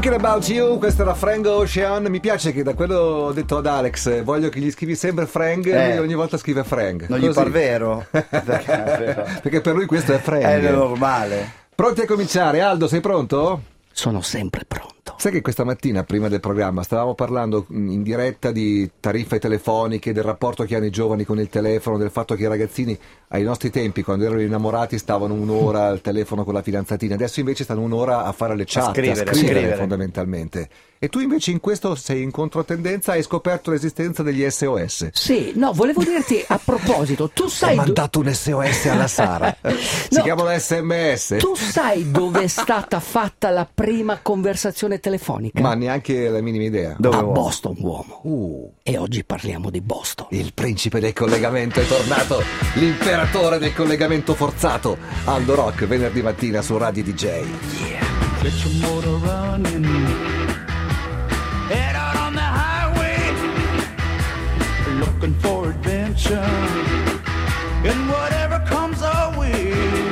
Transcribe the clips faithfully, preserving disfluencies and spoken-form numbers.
Thinking About You, questo era Frank Ocean. Mi piace che da quello ho detto ad Alex, voglio che gli scrivi sempre Frank, eh. e ogni volta scrive Frank. Non gli par vero? Perché per lui questo è Frank. È normale. Pronti a cominciare? Aldo, sei pronto? Sono sempre pronto. Sai che questa mattina, prima del programma, stavamo parlando in diretta di tariffe telefoniche, del rapporto che hanno i giovani con il telefono, del fatto che i ragazzini ai nostri tempi, quando erano innamorati, stavano un'ora al telefono con la fidanzatina, adesso invece stanno un'ora a fare le chat, a scrivere, a scrivere, scrivere. fondamentalmente. E tu invece in questo sei in controtendenza, hai scoperto l'esistenza degli S O S. Sì, no, volevo dirti a proposito, tu sai... Ho mandato un S O S alla Sara, si no, chiamano S M S. Tu sai dove è stata fatta la prima conversazione telefonica? Ma neanche la minima idea. Dove a uomo? Boston, uomo. Uh. E oggi parliamo di Boston. Il principe del collegamento è tornato, l'imperatore del collegamento forzato. Aldo Rock, venerdì mattina su Radio D J. Yeah. Get your motor running. Head out on the highway, looking for adventure, and whatever comes our way.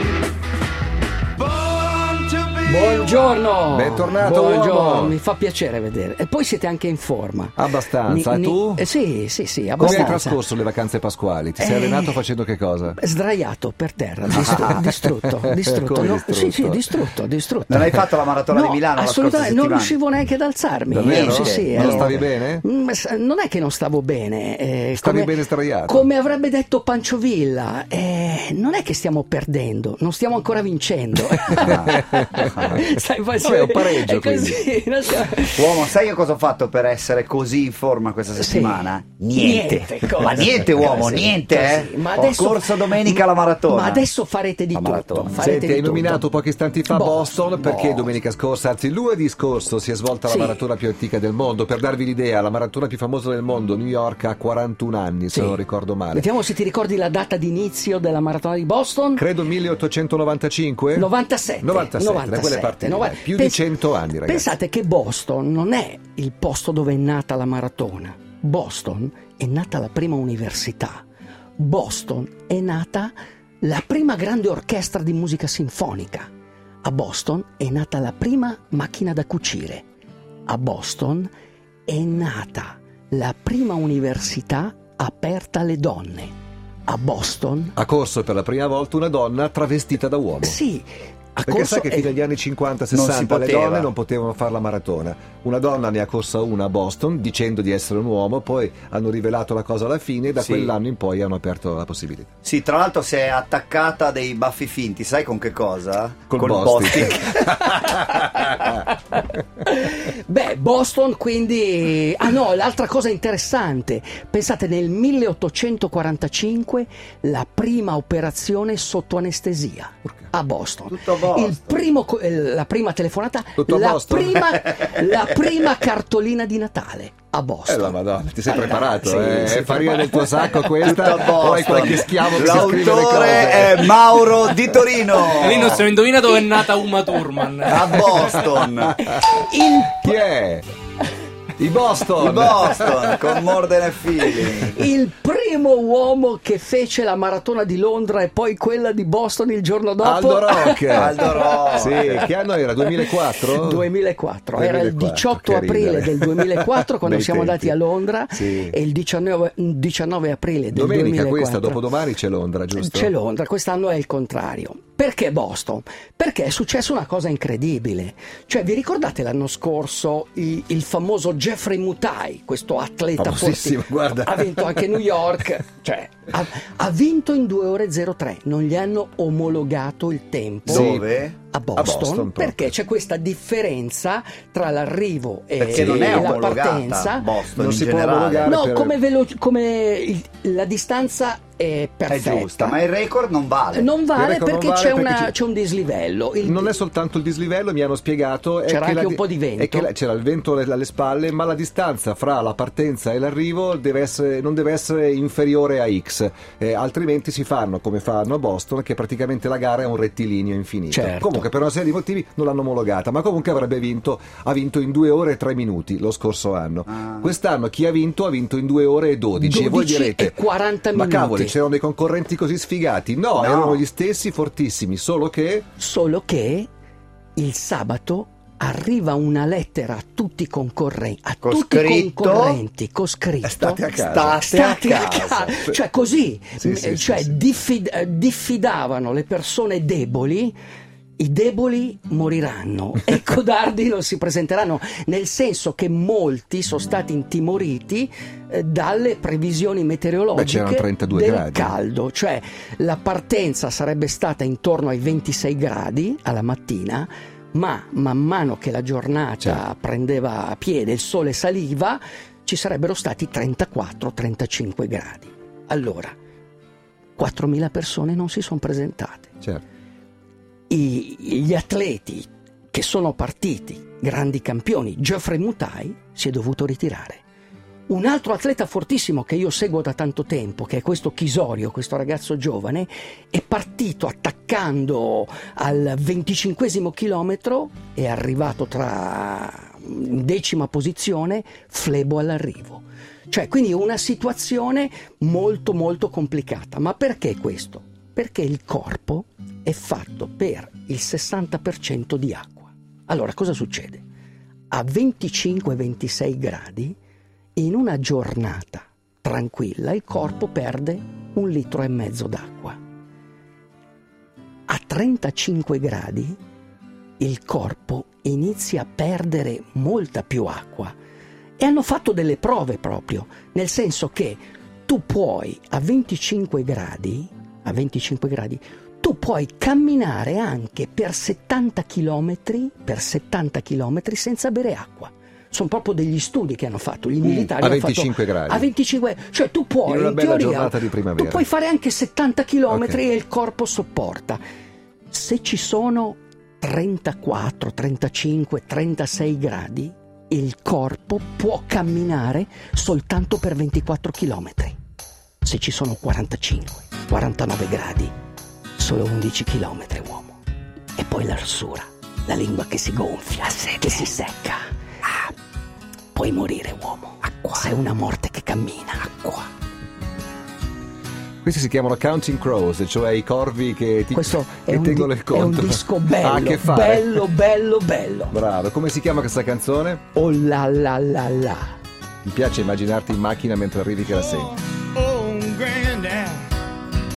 Born to be. Buongiorno. Bentornato. Buongiorno, uomo. mi fa piacere vedere. E poi siete anche in forma. Abbastanza. Mi, e tu? Mi, eh, sì, sì, sì, Come abbastanza. hai trascorso le vacanze pasquali? Ti sei Eh, allenato facendo che cosa? Sdraiato per terra, distru- distrutto, distrutto. Come No, distrutto? sì, sì, distrutto, distrutto. Non hai fatto la maratona No, di Milano la scorsa assolutamente, non settimana? riuscivo neanche ad alzarmi. Davvero? Sì, sì, non ero- stavi bene? Mm, s- Non è che non stavo bene, eh, Stavi come, bene sdraiato? come avrebbe detto Panciovilla, eh, non è che stiamo perdendo, non stiamo ancora vincendo. Stai Vabbè, è un pareggio, è così, non stiamo- Uomo, sai io cosa ho fatto per essere così in forma questa settimana? Sì. Niente. Niente, cosa? Ma niente, uomo, Così, niente, così. eh? Ma Ho adesso- corso domenica la maratona. Ma adesso farete di La tutto. maratona. Farete Senti, di hai tutto. nominato pochi istanti fa Boston, Boston, perché Boston. domenica scorsa, anzi lunedì scorso, si è svolta Sì. la maratona più antica del mondo. Per darvi l'idea, la maratona più famosa del mondo, New York, ha quarantuno anni, se Sì. non ricordo male. Vediamo se ti ricordi la data di inizio della maratona di Boston. Credo milleottocentonovantacinque? novantasette. novantasette, da quelle parti lì, nova- dai, più Pens- di cento anni, ragazzi. Pensate che Boston non è il posto dove è nata la maratona. Boston è nata la prima università. Boston è nata la prima grande orchestra di musica sinfonica. A Boston è nata la prima macchina da cucire. A Boston è nata la prima università aperta alle donne. A Boston... Ha corso per la prima volta una donna travestita da uomo. Sì, ha Perché corso... sai che e- fino agli anni cinquanta Non si sessanta le poteva. donne non potevano fare la maratona. Una donna ne ha corsa una a Boston dicendo di essere un uomo, poi hanno rivelato la cosa alla fine e da Sì. quell'anno in poi hanno aperto la possibilità. Sì, tra l'altro si è attaccata a dei baffi finti, sai con che cosa? Col Col Bostic. Beh, Boston quindi... Ah no, l'altra cosa interessante, pensate nel milleottocentoquarantacinque la prima operazione sotto anestesia a Boston. Tutto a Boston. Il primo, co- eh, la prima telefonata, Tutto a la Boston? prima, la prima cartolina di Natale a Eh Boston. la Madonna, ti sei Eh, preparato, sì, eh? sì, È farina del tuo sacco Tutto questa? a Boston. O hai qualche schiavo che sa scrivere le L'autore cose? è Mauro di Torino. E lì non stiamo indovina dove è nata Uma Thurman. A Boston. Il Chi è? I Boston! Il Boston con More Than a Feeling. Il primo uomo che fece la maratona di Londra e poi quella di Boston il giorno dopo. Aldo Rock! Aldo Rock. Sì, che anno era? duemilaquattro? duemilaquattro, era il duemilaquattro, diciotto che aprile ridere. del duemilaquattro quando Bei siamo tempi. andati a Londra, Sì. e il diciannove, diciannove aprile del Domenica duemilaquattro. questa, dopodomani c'è Londra, giusto? C'è Londra, quest'anno è il contrario. Perché Boston? Perché è successa una cosa incredibile. Cioè, vi ricordate l'anno scorso il, il famoso Jeffrey Mutai, questo atleta Famosissimo, forti- guarda. ha vinto anche New York, cioè ha, ha vinto in due ore zero tre, non gli hanno omologato il tempo. Dove? A Boston, A Boston, proprio. perché c'è questa differenza tra l'arrivo e Perché non è la omologata partenza. Boston Non in si può generale. omologare. No, per- come, velo- come il- la distanza è È perfetta. giusta, ma il record non vale. Non vale record non perché, vale c'è, perché una- c'è- c'è un dislivello. Il- Non è soltanto il dislivello, mi hanno spiegato. è C'era che anche la un di- po' di vento. è che la- c'era il vento alle, alle spalle, ma la distanza fra la partenza e l'arrivo deve essere, non deve essere inferiore a X, eh, altrimenti si fanno come fanno a Boston, che praticamente la gara è un rettilineo infinito. Certo. Comunque, per una serie di motivi non l'hanno omologata, ma comunque avrebbe vinto, ha vinto in due ore e tre minuti lo scorso anno. Ah. Quest'anno chi ha vinto ha vinto in due ore e dodici. E voi dodici direte: e quaranta ma minuti. cavoli, c'erano dei concorrenti così sfigati? No, No. erano gli stessi fortissimi, solo che Solo che il sabato arriva una lettera a tutti i concorrenti, a Con tutti scritto, i concorrenti, con scritto State a casa. State, State a a casa. casa. Cioè così, Sì, m- sì, cioè sì, sì. diffid- eh, diffidavano le persone deboli. I deboli moriranno e i codardi non si presenteranno, nel senso che molti sono stati intimoriti eh, dalle previsioni Beh, meteorologiche c'erano trentadue del gradi. caldo, cioè la partenza sarebbe stata intorno ai ventisei gradi alla mattina, ma man mano che la giornata Certo. prendeva piede, il sole saliva, ci sarebbero stati trentaquattro trentacinque gradi. Allora, quattromila persone non si sono presentate. Certo. I- gli atleti che sono partiti, grandi campioni, Geoffrey Mutai si è dovuto ritirare. Un altro atleta fortissimo che io seguo da tanto tempo, che è questo Chisorio, questo ragazzo giovane, è partito attaccando al venticinquesimo chilometro, è arrivato tra in decima posizione, flebo all'arrivo. Cioè, quindi una situazione molto molto complicata. Ma perché questo? Perché il corpo è fatto per il sessanta per cento di acqua. Allora, cosa succede? A venticinque ventisei gradi, in una giornata tranquilla, il corpo perde un litro e mezzo d'acqua. A trentacinque gradi, il corpo inizia a perdere molta più acqua. E hanno fatto delle prove proprio, nel senso che tu puoi, a venticinque gradi, a venticinque gradi, tu puoi camminare anche per settanta chilometri, per settanta chilometri senza bere acqua. Sono proprio degli studi che hanno fatto i militari. a hanno venticinque fatto, gradi. A venticinque, cioè tu puoi, In una in bella teoria, giornata di primavera. tu puoi fare anche settanta chilometri Ok. e il corpo sopporta. Se ci sono trentaquattro, trentacinque, trentasei gradi, il corpo può camminare soltanto per ventiquattro chilometri. Se ci sono quarantacinque, quarantanove gradi, solo undici chilometri, uomo. E poi l'arsura, la lingua che si gonfia, che si secca. Ah, puoi morire, uomo. Acqua. Sei una morte che cammina. Acqua. Questi si chiamano Counting Crows, cioè i corvi che ti Questo è che un, tengono di- il conto. è un disco bello, Ha a che fare. bello, bello, bello. Bravo, come si chiama questa canzone? Oh la la la la. Mi piace immaginarti in macchina mentre arrivi che la senti.